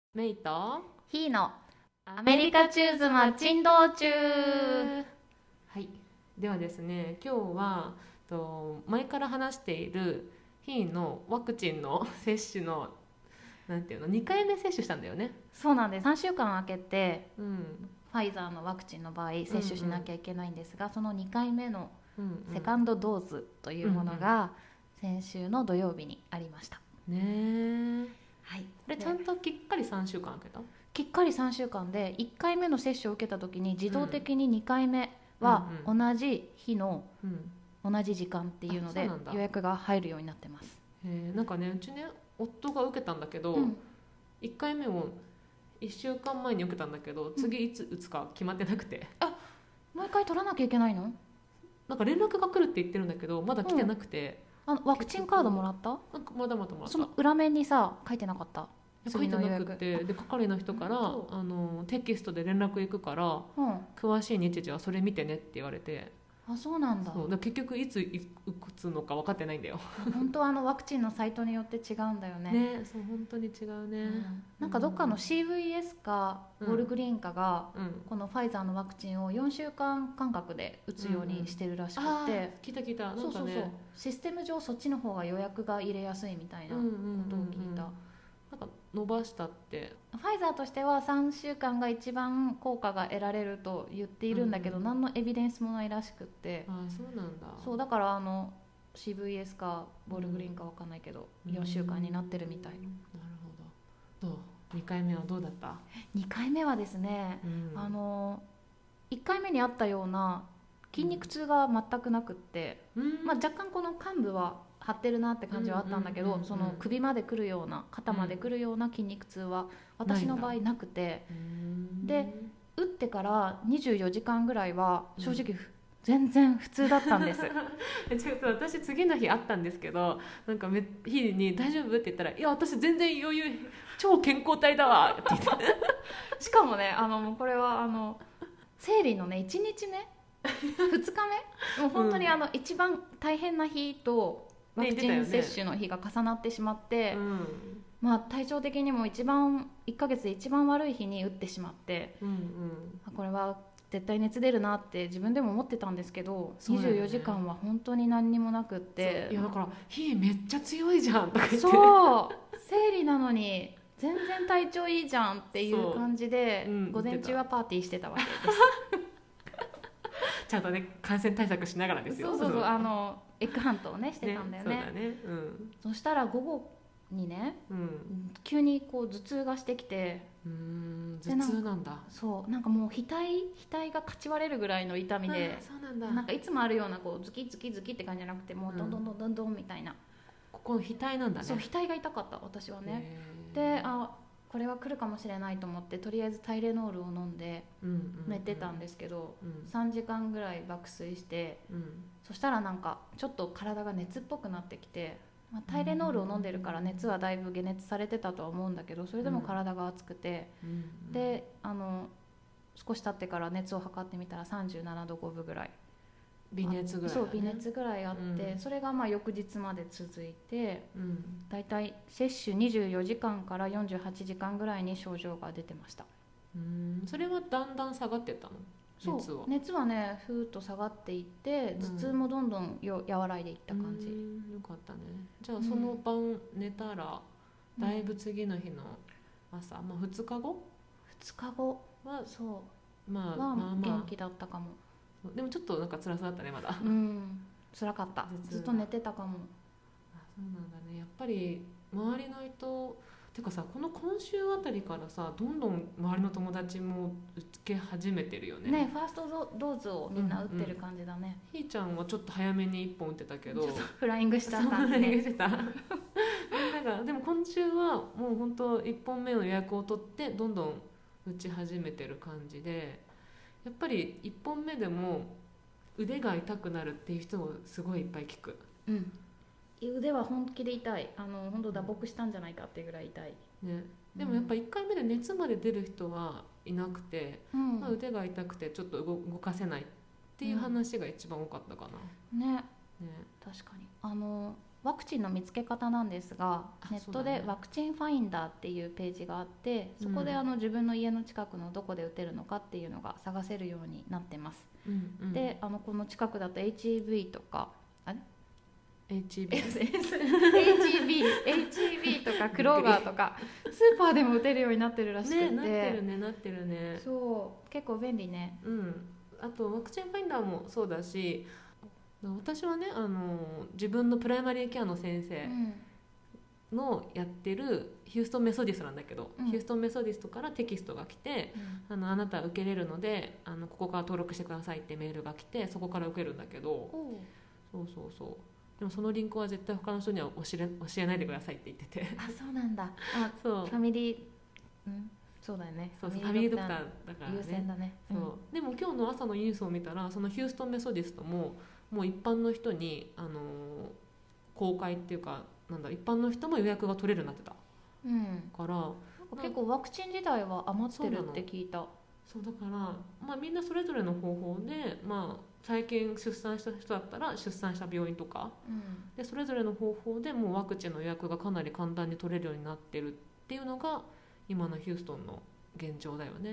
メイとヒーのアメリカチューズマッチン道中。 はい。ではですね、今日は前から話しているヒーのワクチンの接種のなんていうの2回目接種したんだよね。 そうなんです。3週間空けてうん。 ファイザーのワクチンの場合接種しなきゃいけないんですが、その2回目のうんうん。 セカンドドーズというものが先週の土曜日にありました。 ねえ。 はい。 でちゃんときっかり3週間空けた？ きっかり3週間で1回目の接種を受けた時に自動的に2回目は同じ日の同じ時間っていうので予約が入るようになってます。 なんかね、うちね夫が受けたんだけど、1回目を1週間前に受けたんだけど、次いつ打つか決まってなくて、 もう一回取らなきゃいけないの？ なんか連絡が来るって言ってるんだけどまだ来てなくて、 ワクチンカードもらった？ なんかまだまだもらった。 その裏面にさ書いてなかった？ 書いてなくて、で係の人からテキストで連絡行くから、詳しい日時はそれ見てねって言われて。 そうなんだ。 そうだ、結局いつ打つのか分かってないんだよ。 本当はワクチンのサイトによって違うんだよね。 ね、そう本当に違うね。 なんかどっかの CVS かウォルグリーンかが、このファイザーのワクチンを4週間間隔で打つようにしてるらしくて、 聞いたなんかね、 そうシステム上そっちの方が予約が入れやすいみたいなことを聞いた。 なんか伸ばしたって。 ファイザーとしては3週間が一番効果が得られると言っているんだけど、何のエビデンスもないらしくって。 そうなんだ。 そうだからCVS かボールグリーンか分かんないけど、4週間になってるみたい。なるほど。どう2回目はどうだった？ 2 回目はですね、1回目にあったような筋肉痛が全くなくって、若干この患部は張ってるなって感じはあったんだけど、その首までくるような肩までくるような筋肉痛は私の場合なくて、で打ってから24時間ぐらいは正直、全然普通だったんですちょっと私次の日あったんですけど、なんか日に大丈夫って言ったら、いや私全然余裕、超健康体だわって言ってしかもね、これは生理のね1日目2日目もう本当に一番大変な日とワクチン接種の日が重なってしまって、体調的にも1ヶ月で一番悪い日に打ってしまって、これは絶対熱出るなって自分でも思ってたんですけど、24時間は本当に何にもなくって、 いやだから日めっちゃ強いじゃんとか言って、 そう生理なのに全然体調いいじゃんっていう感じで、午前中はパーティーしてたわけですちゃんとね感染対策しながらですよ。 そうエッグハントをねしてたんだよね。そしたら午後にね、急にこう頭痛がしてきて、 頭痛なんだ。 そうなんかもう額がかち割れるぐらいの痛みで、なんかいつもあるようなこうズキズキズキって感じじゃなくて、もうどんどんどんどんどんみたいな、 ここの額なんだね。 そう額が痛かった私はね。でこれは来るかもしれないと思って、とりあえずタイレノールを飲んで寝てたんですけど、3時間ぐらい爆睡して、そしたらなんかちょっと体が熱っぽくなってきて、タイレノールを飲んでるから熱はだいぶ解熱されてたとは思うんだけど、それでも体が熱くて、で少し経ってから熱を測ってみたら37度5分ぐらい、 微熱ぐらい、 そう微熱ぐらいあって、それが翌日まで続いて、だいたい接種24時間から48時間ぐらいに症状が出てました。 それはだんだん下がってったの？ 熱はねふーっと下がっていって、頭痛もどんどん和らいでいった感じ。 よかったね。じゃあその晩寝たら、だいぶ次の日の朝、2日後はそう、元気だったかも。 でもちょっとなんか辛さだったねまだ。 辛かった。ずっと寝てたかも。 そうなんだね。やっぱり周りの人てかさ、この今週あたりからさ、どんどん周りの友達も受け始めてるよね。 ファーストドーズをみんな打ってる感じだね。 ひーちゃんはちょっと早めに1本打ってたけど、 ちょっとフライングした感じで、 みんながでも今週はもう本当1本目の予約を取ってどんどん打ち始めてる感じで、やっぱり1本目でも腕が痛くなるっていう人もすごいいっぱい聞く。 腕は本気で痛い。本当打撲したんじゃないかっていうぐらい痛い、 ね。でもやっぱ1回目で熱まで出る人はいなくて、腕が痛くてちょっと動かせないっていう話が一番多かったかな。 確かにワクチンの見つけ方なんですが、ネットでワクチンファインダーっていうページがあって、そこで自分の家の近くのどこで打てるのかっていうのが探せるようになってます。でこの近くだと HEV とかHEB とかクローバーとかスーパーでも打てるようになってるらしくて、 なってるね。 そう結構便利ね。 あとワクチンファインダーもそうだし、私はね自分のプライマリーケアの先生のやってるヒューストンメソディストなんだけど、ヒューストンメソディストからテキストが来て、あなた受けれるのでここから登録してくださいってメールが来て、そこから受けるんだけど、そうでもそのリンクは絶対他の人には教えないでくださいって言ってて。 そうなんだ。 そうファミリー、そうだよね。 ファミリードクターだからね。 優先だね。 そうでも今日の朝のニュースを見たら、そのヒューストンメソディストももう一般の人に公開っていうか一般の人も予約が取れるようになってた、から結構ワクチン自体は余ってるって聞いた。 そうだから、みんなそれぞれの方法で、最近出産した人だったら出産した病院とか、でそれぞれの方法でもうワクチンの予約がかなり簡単に取れるようになってるっていうのが今のヒューストンの現状だよね。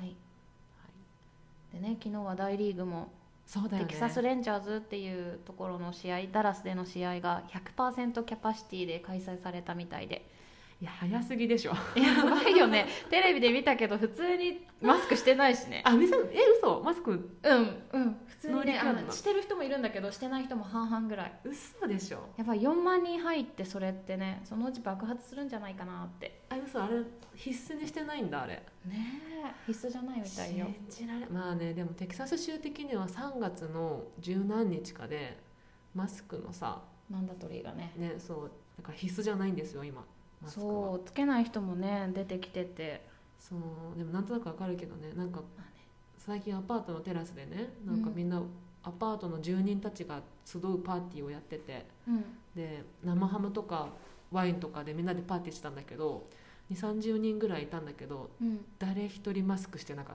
でね、昨日は大リーグもそうだよね、 テキサスレンジャーズっていうところの試合、ダラスでの試合が 100% キャパシティで開催されたみたいで、 いや早すぎでしょ。 やばいよね。テレビで見たけど普通にマスクしてないしね。 嘘マスク普通にねしてる人もいるんだけど、してない人も半々ぐらい。 嘘でしょ。 やっぱ4万人入って、それってねそのうち爆発するんじゃないかなって。 あれ必須にしてないんだあれね。 必須じゃないみたいよ。 信じられでもテキサス州的には3月の十何日かでマスクのさマンダトリーがねそうだから必須じゃないんですよ今。マスクはそうつけない人もね出てきてて、 そうでもなんとなくわかるけどね、最近アパートのテラスでねみんなアパートの住人たちが集うパーティーをやってて、で生ハムとかワインとかでみんなでパーティーしたんだけど、20-30人ぐらいいたんだけど、誰一人マスクしてなかった。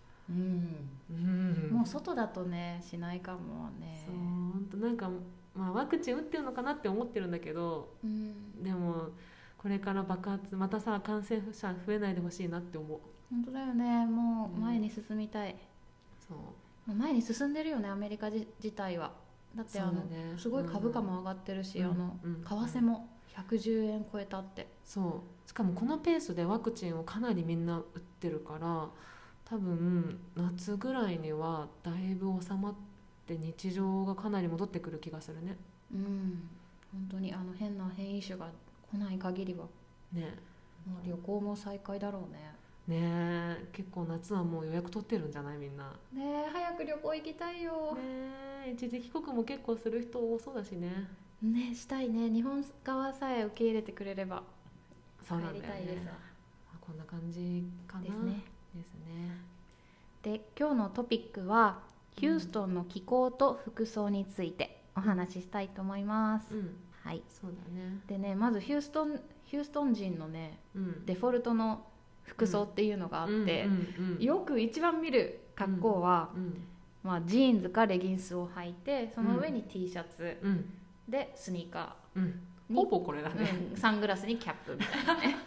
もう外だとねしないかもね。 そう本当ワクチン打ってるのかなって思ってるんだけど、でもこれから爆発またさ感染者増えないでほしいなって思う。 本当だよね。もう前に進みたい。そう前に進んでるよねアメリカ自体は。だってすごい株価も上がってるし、為替も110円超えたって。 そうしかもこのペースでワクチンをかなりみんな打ってるから、多分夏ぐらいにはだいぶ収まって日常がかなり戻ってくる気がするね。 本当に変な変異種が来ない限りはね、もう旅行も再開だろうね。 結構夏はもう予約取ってるんじゃないみんな。 早く旅行行きたいよ。 一時帰国も結構する人多そうだしね。 したいね。日本側さえ受け入れてくれれば帰りたいですわ。こんな感じかな。ですね。 で今日のトピックはヒューストンの気候と服装についてお話ししたいと思います。 そうだね。 でね、まずヒューストン人のね、デフォルトの服装っていうのがあって、よく一番見る格好は、ジーンズかレギンスを履いて、その上に T シャツ、でスニーカー、 ほぼこれだね、 サングラスにキャップみたいなね。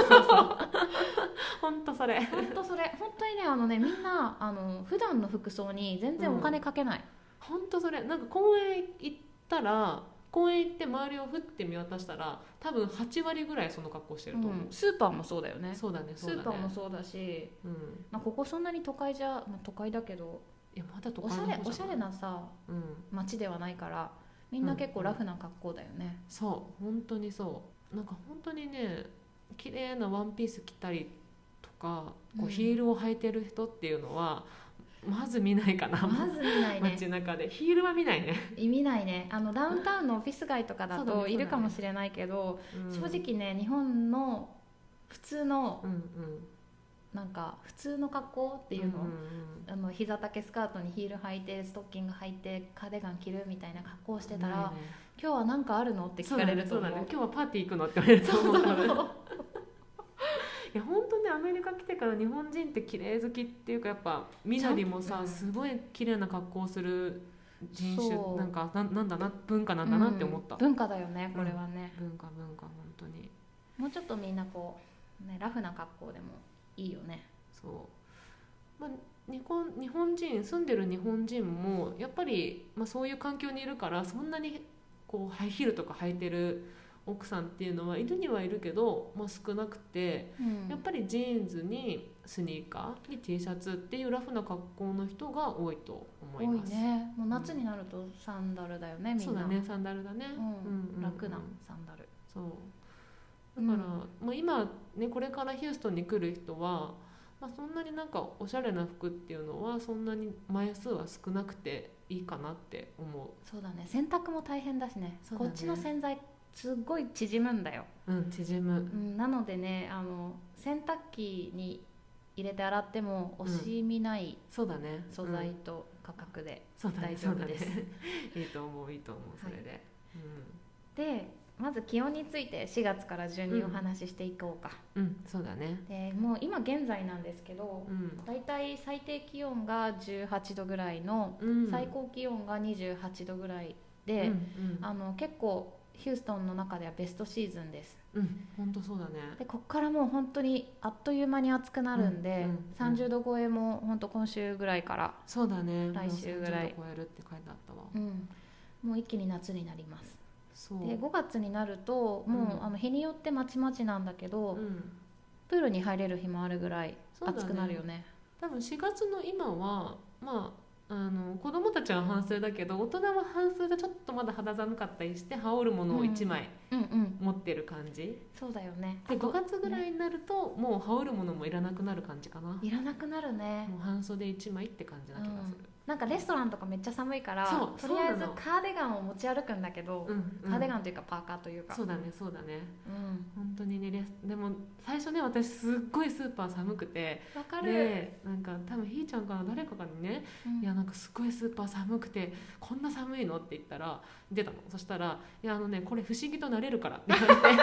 本当それ本当にねみんな普段の服装に全然お金かけない。 本当それ公園行って周りをふって見渡したら多分8割ぐらいその格好してると思う。 スーパーもそうだよね。 そうだね。 スーパーもそうだし、ここそんなに都会都会だけど、 まだ都会の方じゃない。 おしゃれなさ、街ではないからみんな結構ラフな格好だよね。 そう本当にそう。本当にね綺麗なワンピース着たりとかヒールを履いてる人っていうのはまず見ないかな。 まず見ないね。 街中でヒールは見ないね。 見ないね。ダウンタウンのオフィス街とかだといるかもしれないけど、正直ね日本の普通の、普通の格好っていうの、膝丈スカートにヒール履いてストッキング履いてカーディガン着るみたいな格好してたら、今日は何かあるのって聞かれると思う。 今日はパーティー行くのって言われると思う。いや本当にアメリカ来てから日本人って綺麗好きっていうか、やっぱみなりもさ、すごい綺麗な格好をする人種なんだな、文化なんだなって思った、 文化だよねこれはね、 文化本当に。 もうちょっとみんなこう、ね、ラフな格好でもいいよね。 そう、日本人住んでる日本人もやっぱり、そういう環境にいるからそんなにこうハイヒールとか履いてる奥さんっていうのはいるにはいるけど、少なくて、やっぱりジーンズにスニーカーに T シャツっていうラフな格好の人が多いと思います。 多いね。もう夏になるとサンダルだよね、みんな。 そうだね、サンダルだね、 楽なサンダル。 そうだから、今ねこれからヒューストンに来る人は、そんなになんかおしゃれな服っていうのはそんなに枚数は少なくていいかなって思う。 そうだね、洗濯も大変だしね。こっちの洗剤すっごい縮むんだよ。 縮む、 なのでね、洗濯機に入れて洗っても惜しみない素材と価格で大丈夫です。 いいと思うそれで、 でまず気温について4月から順にお話ししていこうか。 そうだね。 でもう今現在なんですけど、だいたい最低気温が18度ぐらいの、最高気温が28度ぐらいで、結構ヒューストンの中ではベストシーズンです。 本当そうだね。 でこっからもう本当にあっという間に暑くなるんで、30度超えも本当今週ぐらいから、 そうだね、 来週ぐらい 30度超えるって書いてあったわ。 もう一気に夏になります。 そうで5月になるともう、日によってまちまちなんだけど、プールに入れる日もあるぐらい暑くなるよね。 多分4月の今は子供たちは半袖だけど大人は半袖でちょっとまだ肌寒かったりして羽織るものを1枚持ってる感じ。 そうだよね。 で5月ぐらいになると、もう羽織るものもいらなくなる感じかな。 いらなくなるね。 もう半袖1枚って感じな気がする。 なんかレストランとかめっちゃ寒いから、とりあえずカーディガンを持ち歩くんだけど、カーディガンというかパーカーというか。 そうだね本当にね。でも最初ね、私すっごいスーパー寒くて、 わかる。 でなんか多分ひーちゃんから誰かにね、いやなんかすごいスーパー寒くてこんな寒いのって言ったら出たの。そしたらいやこれ不思議となれるからって言われて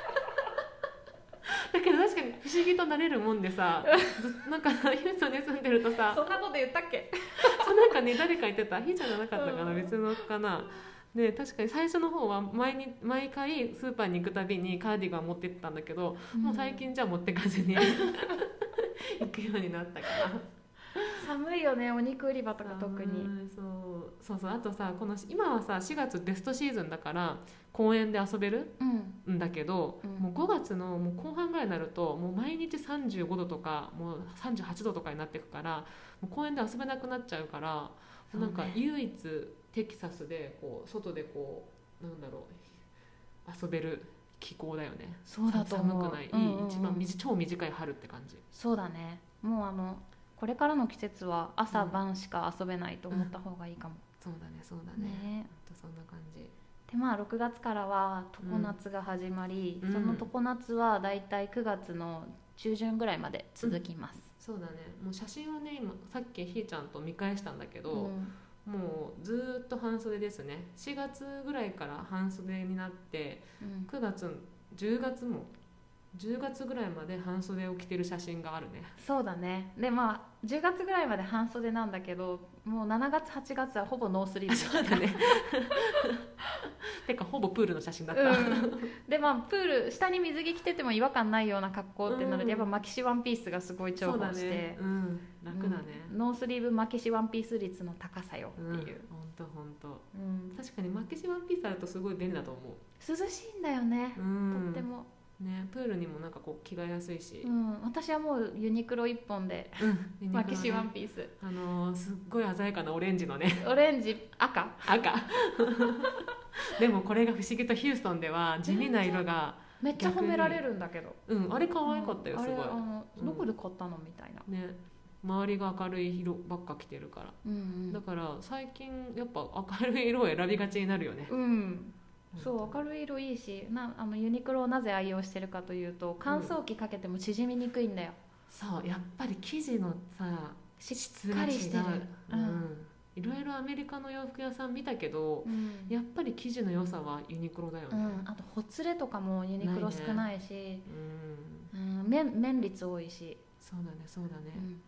だけど確かに不思議となれるもんでさなんかヒューストンに住んでるとさ、 そんなこと言ったっけそうなんかね、誰か言ってた、ひーちゃんじゃなかったかな、別のかな。で確かに最初の方は毎回スーパーに行くたびにカーディガン持ってってたんだけど、もう最近じゃ持ってかずに行くようになったから寒いよね、お肉売り場とか特に。 そうあとさ、今はさ4月ベストシーズンだから公園で遊べるんだけど、もう5月のもう後半ぐらいになるともう毎日35度とかもう38度とかになっていくから、もう公園で遊べなくなっちゃうから、なんか唯一テキサスでこう外でこうなんだろう遊べる気候だよね。 そうだと思う。 寒くない、一番超短い春って感じ。 そうだね。もうこれからの季節は朝晩しか遊べないと思った方がいいかも。 そうだねそんな感じで6月からは常夏が始まり、その常夏はだいたい9月の中旬ぐらいまで続きます。 そうだね。もう写真をね、今さっきひーちゃんと見返したんだけど、もうずっと半袖ですね。4月ぐらいから半袖になって、9月10月も10月ぐらいまで半袖を着てる写真があるね。 そうだね。で10月ぐらいまで半袖なんだけど、もう7月8月はほぼノースリーブ。 そうだねてかほぼプールの写真だった、 でプール下に水着着てても違和感ないような格好ってなると、やっぱマキシワンピースがすごい重宝して、 楽だね、 ノースリーブマキシワンピース率の高さよっていう。 本当、確かにマキシワンピースあるとすごい便利だと思う。 涼しいんだよね、とってもね。プールにもなんかこう着替えやすいし、 私はもうユニクロ1本で、マキシワンピース、 すっごい鮮やかなオレンジのね、 オレンジ赤でもこれが不思議とヒューストンでは地味な色がめっちゃ褒められるんだけど、 あれ可愛かったよ、すごい。 どこで買ったのみたいなね。周りが明るい色ばっか着てるから、だから最近やっぱ明るい色を選びがちになるよね。 そう明るい色いいし、ユニクロをなぜ愛用してるかというと、乾燥機かけても縮みにくいんだよ。 そうやっぱり生地のさしっかりしてる。 いろいろアメリカの洋服屋さん見たけど、やっぱり生地の良さはユニクロだよね。 あとほつれとかもユニクロ少ないし、綿率多いし。 そうだね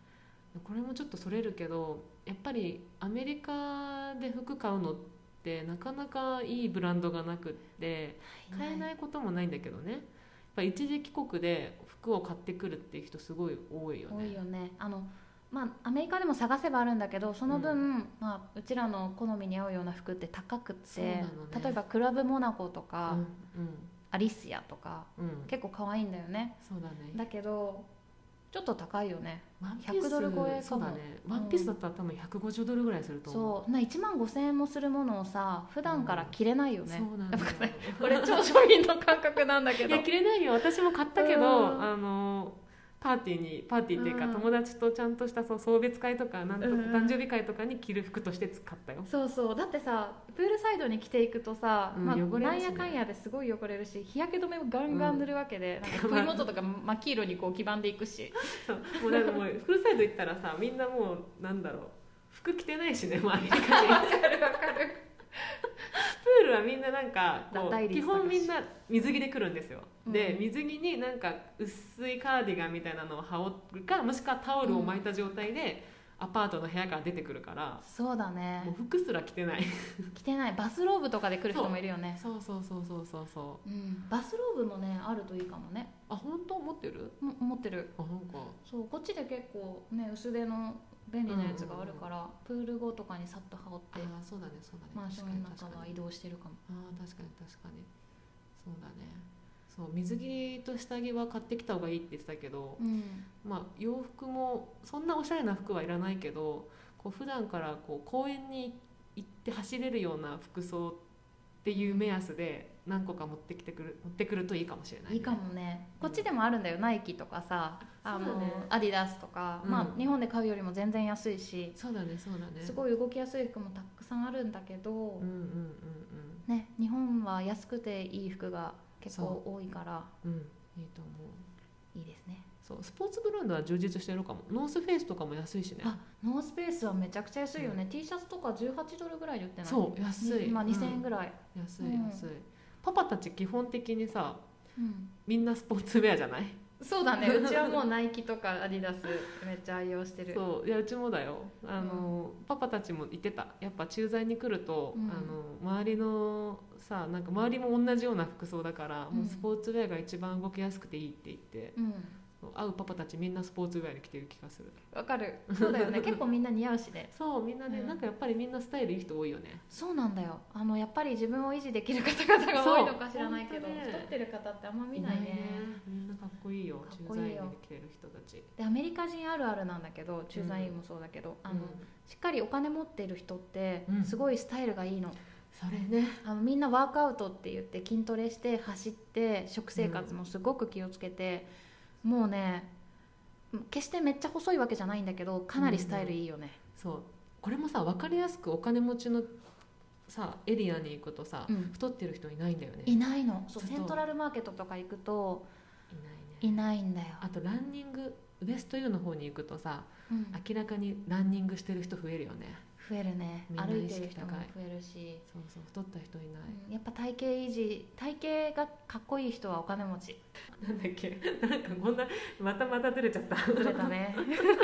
これもちょっとそれるけど、やっぱりアメリカで服買うのってなかなかいいブランドがなくって買えないこともないんだけどね、やっぱ一時帰国で服を買ってくるっていう人すごい多いよね。 多いよね。アメリカでも探せばあるんだけど、その分、うちらの好みに合うような服って高くって、ね、例えばクラブモナコとか、アリスヤとか、結構可愛いんだよね。 そうだね。 だけどちょっと高いよね。 100ドル超えかも。そうだね。ワンピースだったら多分150ドルぐらいすると思う。 そう、1万5000円もするものをさ、普段から着れないよね。 そうなんだよ。 これ超庶民の感覚なんだけど。 いや着れないよ。私も買ったけど、パーティーっていうか、友達とちゃんとした送別会とかなんとか誕生日会とかに着る服として買ったよ。 そうそう。だってさ、プールサイドに着ていくとさ、なんやかんやですごい汚れるし、日焼け止めもガンガン塗るわけで、なんか首元とか真っ黄色にこう黄ばんでいくし。 そう、もうなんかもうプールサイド行ったらさ、みんなもうなんだろう、服着てないしね、もうアメリカ人。わかる。プールはみんななんかこう基本みんな水着で来るんですよ、で水着になんか薄いカーディガンみたいなのを羽織るか、もしくはタオルを巻いた状態でアパートの部屋から出てくるから、 そうだね、 もう服すら着てない着てない。バスローブとかで来る人もいるよね。 そう、 バスローブもねあるといいかもね。 あ、本当？持ってる？ 持ってる。 あ、なんかそう、こっちで結構ね薄手の便利なやつがあるから、プール後とかにさっと羽織って、 そうだねマンションの中は移動してるかも。 確かにそうだね。そう、水着と下着は買ってきた方がいいって言ってたけど、洋服もそんなおしゃれな服はいらないけど、こう普段からこう公園に行って走れるような服装っていう目安で何個か持ってくるといいかもしれない、ね、 いいかもね。こっちでもあるんだよ、ナイキとかさ、アディダスとか、日本で買うよりも全然安いし。 そうだね。 すごい動きやすい服もたくさんあるんだけど、ね、日本は安くていい服が結構多いから、 いいと思う。 いいですね。 そう、スポーツブランドは充実してるかも。ノースフェイスとかも安いしね。 ノースフェイスはめちゃくちゃ安いよね、T シャツとか18ドルぐらいで売ってない？ そう安い、 2000円ぐらい、 安い。パパたち基本的にさ、みんなスポーツウェアじゃない？ そうだね。うちはもうナイキとかアディダスめっちゃ愛用してる。 そう、いやうちもだよ。パパたちも言ってた。やっぱ駐在に来ると、周りのさ、なんか周りも同じような服装だから、もうスポーツウェアが一番動きやすくていいって言って、会うパパたちみんなスポーツウェアに着てる気がする。 わかる。そうだよね。結構みんな似合うしね。 そうみんなね、なんかやっぱりみんなスタイルいい人多いよね。 そうなんだよ。やっぱり自分を維持できる方々が多いのか知らないけど、太ってる方ってあんま見ないね。 みんなかっこいいよ。駐在員で着てる人たちで、アメリカ人あるあるなんだけど、駐在員もそうだけど、しっかりお金持ってる人ってすごいスタイルがいいの。 それね、 みんなワークアウトって言って筋トレして走って食生活もすごく気をつけて、もうね決してめっちゃ細いわけじゃないんだけど、かなりスタイルいいよね。 そう、これもさ、分かりやすくお金持ちのさエリアに行くとさ、太ってる人いないんだよね。 いないの。そう、セントラルマーケットとか行くといないんだよ。 あとランニング、ウエスト U の方に行くとさ、明らかにランニングしてる人増えるよね。 増えるね。歩いてる人も増えるし。 そう太った人いない、 やっぱ体型維持、体型がかっこいい人はお金持ち。 なんだっけ、なんかこんなまたずれちゃった。 ずれたね。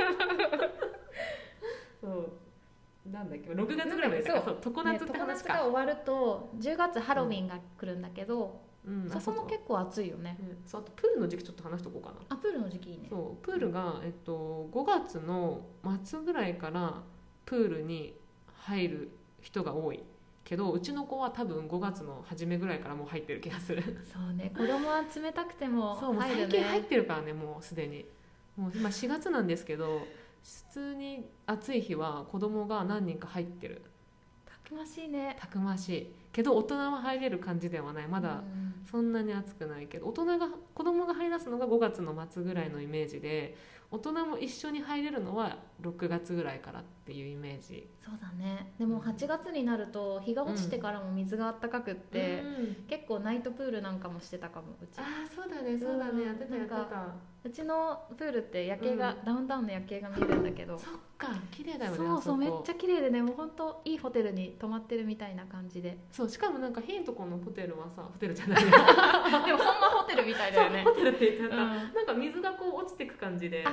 そうなんだっけ、6月ぐらいまでだから、そう常夏って話か。 が終わると10月ハロウィンが来るんだけど、そこも結構暑いよね。 そう、あとプールの時期ちょっと話しとこうかな。 プールの時期いいね。 そう、プールが、5月の末ぐらいからプールに入る人が多いけど、うちの子は多分5月の初めぐらいからもう入ってる気がする。 そうね、子供は冷たくても入るね。 そう、もう最近入ってるからね、もうすでに。もう今4月なんですけど、普通に暑い日は子供が何人か入ってる。 たくましいね。 たくましいけど、大人は入れる感じではない。まだそんなに暑くないけど、子供が入り出すのが5月の末ぐらいのイメージで、大人も一緒に入れるのは6月ぐらいからっていうイメージ。 そうだね。でも8月になると日が落ちてからも水があったかくって、結構ナイトプールなんかもしてたかも、うち。 そうだねやってた。 うちのプールって夜景が、ダウンタウンの夜景が見えるんだけど。 そっか、綺麗だよね。 そうめっちゃ綺麗でね、もう本当いいホテルに泊まってるみたいな感じで。 そう、しかもなんかヒントコのホテルはさ、ホテルじゃないでもそんなホテルみたいだよね。 ホテルって言ってた、なんか水がこう落ちてく感じで、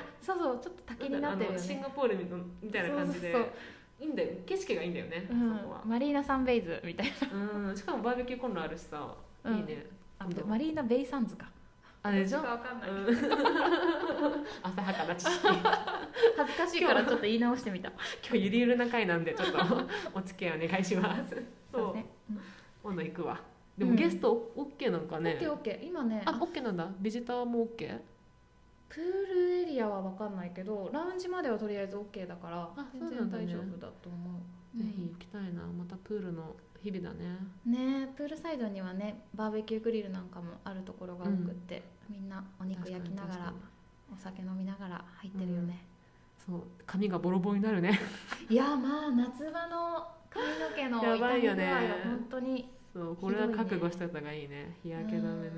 そうそう、ちょっと滝になってるよね。 シンガポールみたいな感じで、そうそうそう、いいんだよ、景色がいいんだよね、そこは。 マリーナサンベイズみたいな。しかもバーベキューコンロあるしさ、いいね。 マリーナベイサンズか。 あれじゃわかんない。 浅はかな知識。 恥ずかしいからちょっと言い直してみた。 今日ゆりゆるな回なんでちょっとお付き合いお願いします。そう。今度行くわ。でもゲスト OK なんかね。 OK 今ね。 OK なんだ。ビジターも OK？ プールエリアは分かんないけど、ラウンジまではとりあえず OK だから、全然大丈夫だと思う。 ぜひ行きたいな。またプールの日々だね。 ね、プールサイドにはね、バーベキューグリルなんかもあるところが多くって、みんなお肉焼きながらお酒飲みながら入ってるよね。 そう、髪がボロボロになるね。 いや、まあ夏場の髪の毛の痛み具合は本当に。 そう、これは覚悟しておいた方がいいね。日焼け止め塗って、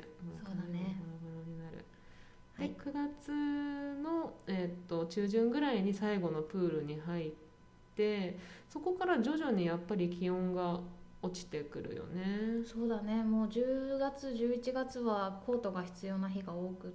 そうだね。 ボロボロになる。で、9月の中旬ぐらいに最後のプールに入って、そこから徐々にやっぱり気温が落ちてくるよね。 そうだね。もう10月11月はコートが必要な日が多くって、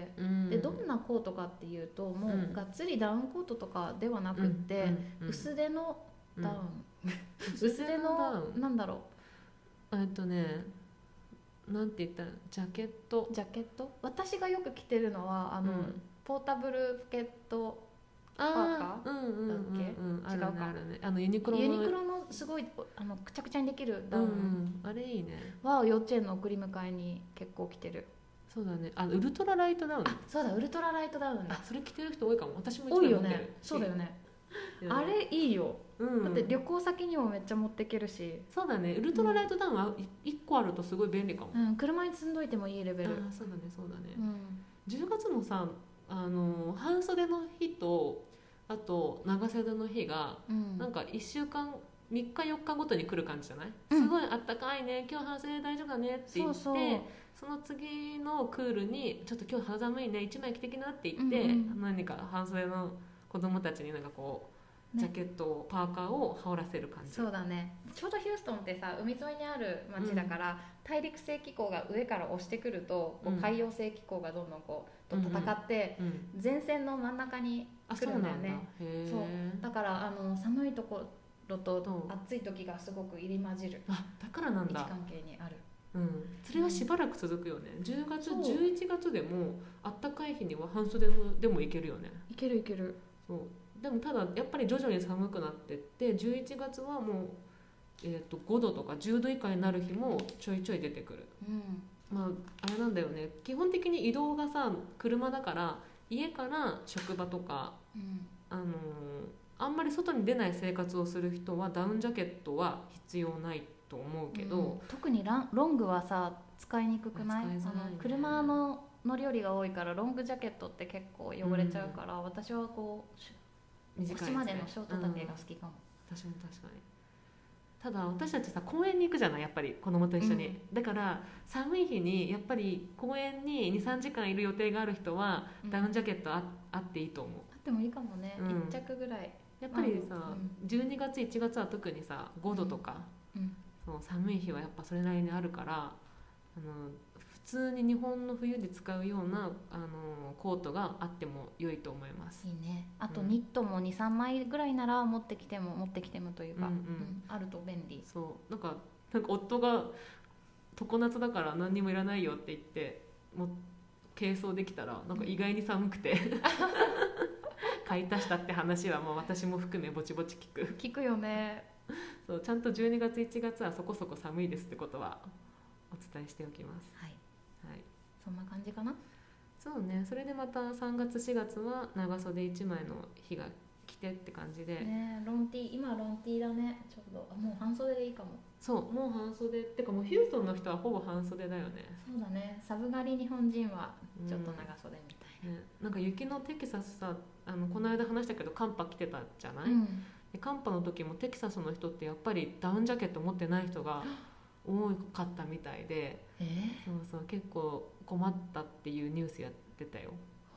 でどんなコートかっていうと、もうがっつりダウンコートとかではなくって、薄手のダウン、薄手のなんだろう、 なんて言ったらジャケット。 私がよく着てるのはポータブルポケットパーカーだっけ？違うか。 ユニクロのすごいくちゃくちゃにできるダウン、 あれいいね。 は幼稚園の送り迎えに結構着てる。 そうだね。ウルトラライトダウン。 そうだ、ウルトラライトダウンだ。 それ着てる人多いかも。私も多いよね。そうだよね。あれいいよ。だって旅行先にもめっちゃ持ってけるし。 そうだね。ウルトラライトダウンは1個あるとすごい便利かも。 車に積んどいてもいいレベル。 そうだね、そうだね。10月もさ、半袖の日とあと長袖の日が、なんか1週間3日4日ごとに来る感じじゃない、すごいあったかいね、今日半袖大丈夫だねって言って、その次のクールにちょっと今日肌寒いね1枚着てきなって言って、何か半袖の子供たちになんかこうジャケット、パーカーを羽織らせる感じ。 そうだね。ちょうどヒューストンってさ、海沿いにある町だから、大陸性気候が上から押してくると、こう海洋性気候がどんどんこうと戦って、前線の真ん中に来るんだよね。そうだから寒いところと暑い時がすごく入り混じる。 だからなんだ。 位置関係にある。 それはしばらく続くよね。10月11月でもあったかい日には半袖でもいけるよね。 いけるいける。 そうでもただやっぱり徐々に寒くなってって11月はもう、5度とか10度以下になる日もちょいちょい出てくる、まああれなんだよね。基本的に移動がさ車だから家から職場とか、あんまり外に出ない生活をする人はダウンジャケットは必要ないと思うけど、 特にロングはさ使いにくくない？車の乗り降りが多いからロングジャケットって結構汚れちゃうから、私はこう腰までのショート丈が好きかも。 私も確かに。ただ私たちさ公園に行くじゃない、やっぱり子供と一緒に、だから寒い日にやっぱり公園に 2,3 時間いる予定がある人は、ダウンジャケットあっていいと思う。 あってもいいかもね、1着ぐらい。 やっぱりさ、12月1月は特にさ5度とか、そう寒い日はやっぱそれなりにあるから、普通に日本の冬で使うようなコートがあっても良いと思います。 いいね。あとニットも 2,3 枚ぐらいなら持ってきてもというか、あると便利。 そうなんか夫が常夏だから何にもいらないよって言ってもう軽装できたらなんか意外に寒くて買い足したって話はもう私も含めぼちぼち聞くよね。 そうちゃんと12月1月はそこそこ寒いですってことはお伝えしておきます。 はい、そんな感じかな。 そうね。それでまた3月4月は長袖1枚の日が来てって感じで、 ロンティー、今ロンティーだね。ちょうどもう半袖でいいかも。 そうもう半袖ってかもうヒューストンの人はほぼ半袖だよね。 そうだね。寒がり日本人はちょっと長袖みたいな、 なんか雪のテキサスさこの間話したけど寒波来てたじゃない、で寒波の時もテキサスの人ってやっぱりダウンジャケット持ってない人が多かったみたいで、そう結構困ったっていうニュースやってたよ。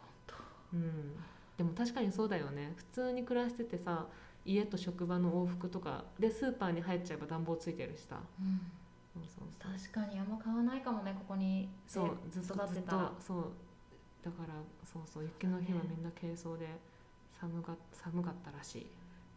でも確かにそうだよね。普通に暮らしててさ、家と職場の往復とかでスーパーに入っちゃえば暖房ついてるしさ、 確かにあんま買わないかもね、ここにずっと育ってたら。 そうだからそうそう、雪の日はみんな軽装で寒かったらしい。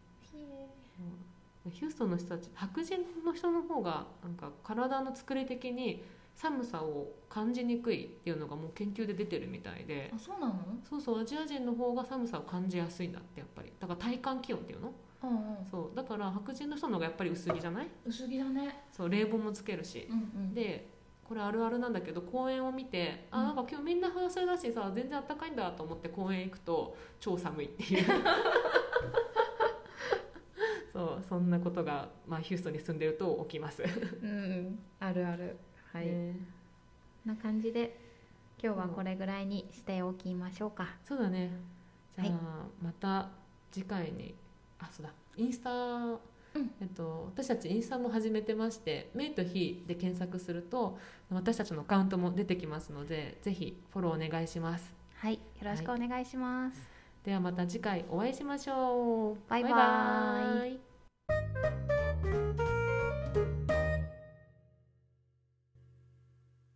ヒューストンの人たち、白人の人の方がなんか体の作り的に寒さを感じにくいっていうのがもう研究で出てるみたいで。 あ、そうなの？ そうそう、アジア人の方が寒さを感じやすいんだって、やっぱりだから体感気温っていうの、 うんうん、 そうだから白人の人の方がやっぱり薄着じゃない？ 薄着だね。 そう、冷房もつけるし、 うんうん、 でこれあるあるなんだけど、公園を見て、あ、なんか今日みんな半袖だしさ全然あったかいんだと思って公園行くと超寒いっていうそうそんなことが、まあ、ヒューストンに住んでると起きますうん、あるある。はい、な感じで今日はこれぐらいにしておきましょうか。 そうだね。じゃあ、 はい、 また次回に、あ、そうだ、インスタ、私たちインスタも始めてまして、メイとヒで検索すると私たちのアカウントも出てきますので、ぜひフォローお願いします。 はい、よろしくお願いします。 ではまた次回お会いしましょう。 バイバイ。